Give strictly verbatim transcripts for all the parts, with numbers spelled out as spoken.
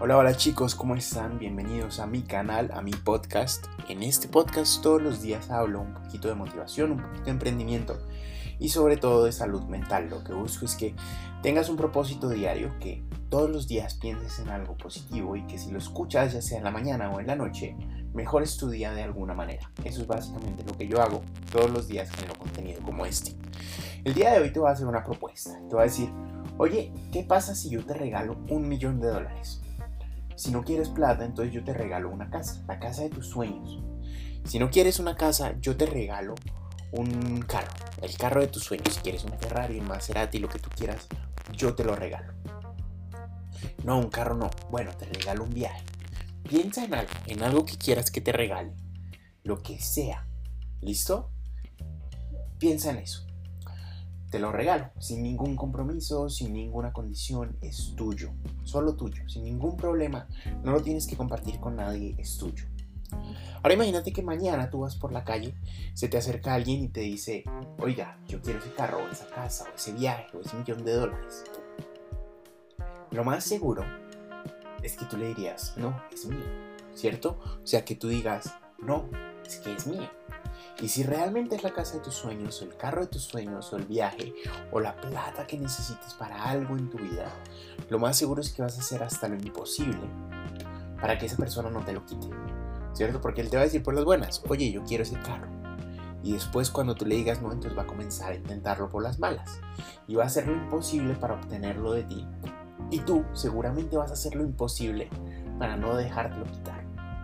Hola, hola chicos, ¿cómo están? Bienvenidos a mi canal, a mi podcast. En este podcast todos los días hablo un poquito de motivación, un poquito de emprendimiento y sobre todo de salud mental. Lo que busco es que tengas un propósito diario, que todos los días pienses en algo positivo y que si lo escuchas ya sea en la mañana o en la noche, mejores tu día de alguna manera. Eso es básicamente lo que yo hago todos los días genero contenido como este. El día de hoy te voy a hacer una propuesta. Te voy a decir, oye, ¿qué pasa si yo te regalo un millón de dólares? Si no quieres plata, entonces yo te regalo una casa, la casa de tus sueños. Si no quieres una casa, yo te regalo un carro, el carro de tus sueños. Si quieres una Ferrari, un Maserati, lo que tú quieras, yo te lo regalo. No, un carro no. Bueno, te regalo un viaje. Piensa en algo, en algo que quieras que te regale. Lo que sea. ¿Listo? Piensa en eso. Te lo regalo, sin ningún compromiso, sin ninguna condición, es tuyo, solo tuyo, sin ningún problema, no lo tienes que compartir con nadie, es tuyo. Ahora imagínate que mañana tú vas por la calle, se te acerca alguien y te dice, oiga, yo quiero ese carro, o esa casa, o ese viaje, o ese millón de dólares. Lo más seguro es que tú le dirías, no, es mío, ¿cierto? O sea, que tú digas, no, es que es mío. Y si realmente es la casa de tus sueños, o el carro de tus sueños, o el viaje, o la plata que necesites para algo en tu vida, lo más seguro es que vas a hacer hasta lo imposible para que esa persona no te lo quite, ¿cierto? Porque él te va a decir por las buenas, oye, yo quiero ese carro. Y después cuando tú le digas no, entonces va a comenzar a intentarlo por las malas. Y va a hacer lo imposible para obtenerlo de ti. Y tú seguramente vas a hacer lo imposible para no dejártelo quitar.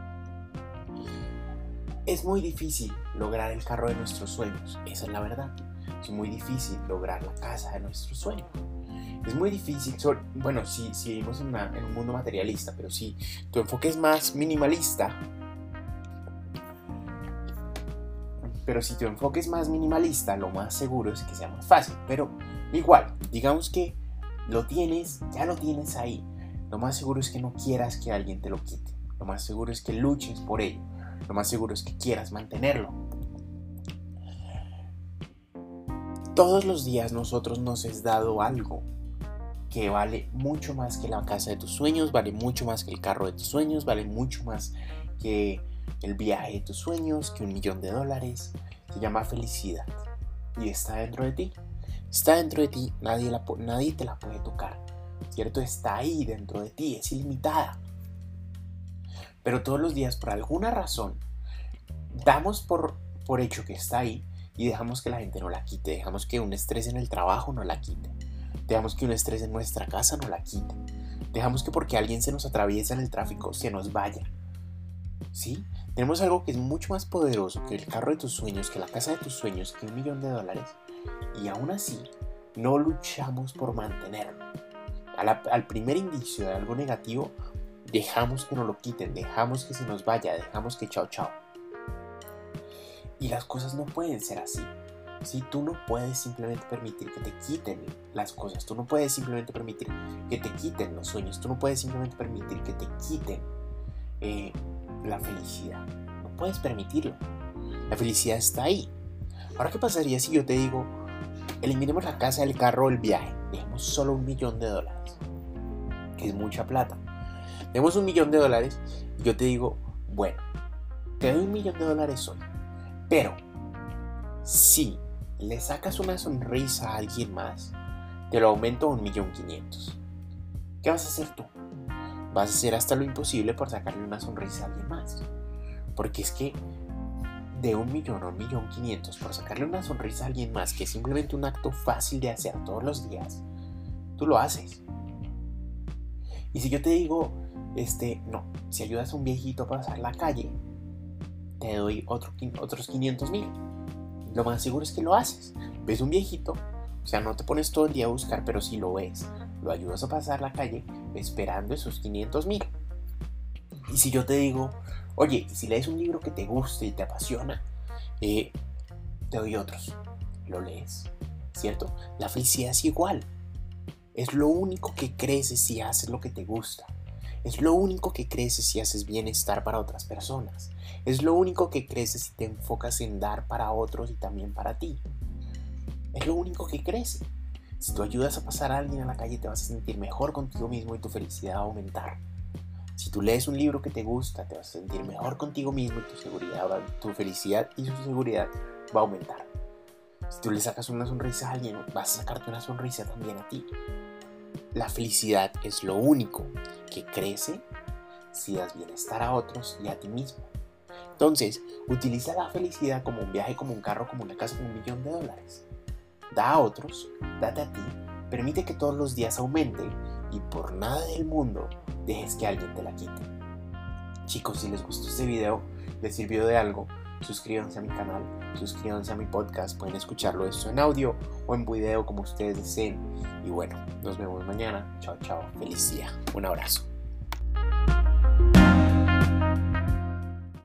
Es muy difícil lograr el carro de nuestros sueños, esa es la verdad. Es muy difícil lograr la casa de nuestros sueños. Es muy difícil, bueno, si, si vivimos en, una, en un mundo materialista, pero si tu enfoque es más minimalista, pero si tu enfoque es más minimalista, lo más seguro es que sea más fácil. Pero igual, digamos que lo tienes, ya lo tienes ahí. Lo más seguro es que no quieras que alguien te lo quite. Lo más seguro es que luches por ello. Lo más seguro es que quieras mantenerlo. Todos los días nosotros nos es dado algo que vale mucho más que la casa de tus sueños, vale mucho más que el carro de tus sueños, vale mucho más que el viaje de tus sueños, que un millón de dólares. Se llama felicidad y está dentro de ti. Está dentro de ti, nadie, la, nadie te la puede tocar, ¿cierto? Está ahí dentro de ti, es ilimitada. Pero todos los días, por alguna razón, damos por, por hecho que está ahí y dejamos que la gente no la quite. Dejamos que un estrés en el trabajo no la quite. Dejamos que un estrés en nuestra casa no la quite. Dejamos que porque alguien se nos atraviesa en el tráfico se nos vaya. ¿Sí? Tenemos algo que es mucho más poderoso que el carro de tus sueños, que la casa de tus sueños, que un millón de dólares. Y aún así, no luchamos por mantenerlo. A la, al primer indicio de algo negativo, dejamos que nos lo quiten, dejamos que se nos vaya, dejamos que chao chao. Y las cosas no pueden ser así. ¿Sí? Tú no puedes simplemente permitir que te quiten las cosas, tú no puedes simplemente permitir que te quiten los sueños, tú no puedes simplemente permitir que te quiten eh, la felicidad. No puedes permitirlo. La felicidad está ahí. Ahora, ¿qué pasaría si yo te digo, eliminemos la casa, el carro, el viaje, dejemos solo un millón de dólares? Que es mucha plata. Tenemos un millón de dólares y yo te digo, bueno, te doy un millón de dólares hoy, pero si le sacas una sonrisa a alguien más, te lo aumento a un millón quinientos. ¿Qué vas a hacer tú? Vas a hacer hasta lo imposible por sacarle una sonrisa a alguien más. Porque es que de un millón a un millón quinientos, por sacarle una sonrisa a alguien más, que es simplemente un acto fácil de hacer todos los días, tú lo haces. Y si yo te digo, Este, no, si ayudas a un viejito a pasar la calle, te doy otro, otros quinientos mil. Lo más seguro es que lo haces. Ves un viejito, o sea, no te pones todo el día a buscar, pero si lo ves, lo ayudas a pasar la calle esperando esos quinientos mil. Y si yo te digo, oye, si lees un libro que te guste y te apasiona, eh, te doy otros. Lo lees, ¿cierto? La felicidad es igual. Es lo único que creces si haces lo que te gusta. Es lo único que creces si haces bienestar para otras personas. Es lo único que creces si te enfocas en dar para otros y también para ti. Es lo único que crece. Si tú ayudas a pasar a alguien a la calle, te vas a sentir mejor contigo mismo y tu felicidad va a aumentar. Si tú lees un libro que te gusta, te vas a sentir mejor contigo mismo y tu seguridad, va, tu felicidad y su seguridad va a aumentar. Si tú le sacas una sonrisa a alguien, vas a sacarte una sonrisa también a ti. La felicidad es lo único que crece si das bienestar a otros y a ti mismo. Entonces, utiliza la felicidad como un viaje, como un carro, como una casa, como un millón de dólares. Da a otros, date a ti, permite que todos los días aumente y por nada del mundo dejes que alguien te la quite. Chicos, si les gustó este video, les sirvió de algo, suscríbanse a mi canal, suscríbanse a mi podcast, pueden escucharlo esto en audio o en video como ustedes deseen. Y bueno, nos vemos mañana. Chao, chao, feliz día, un abrazo.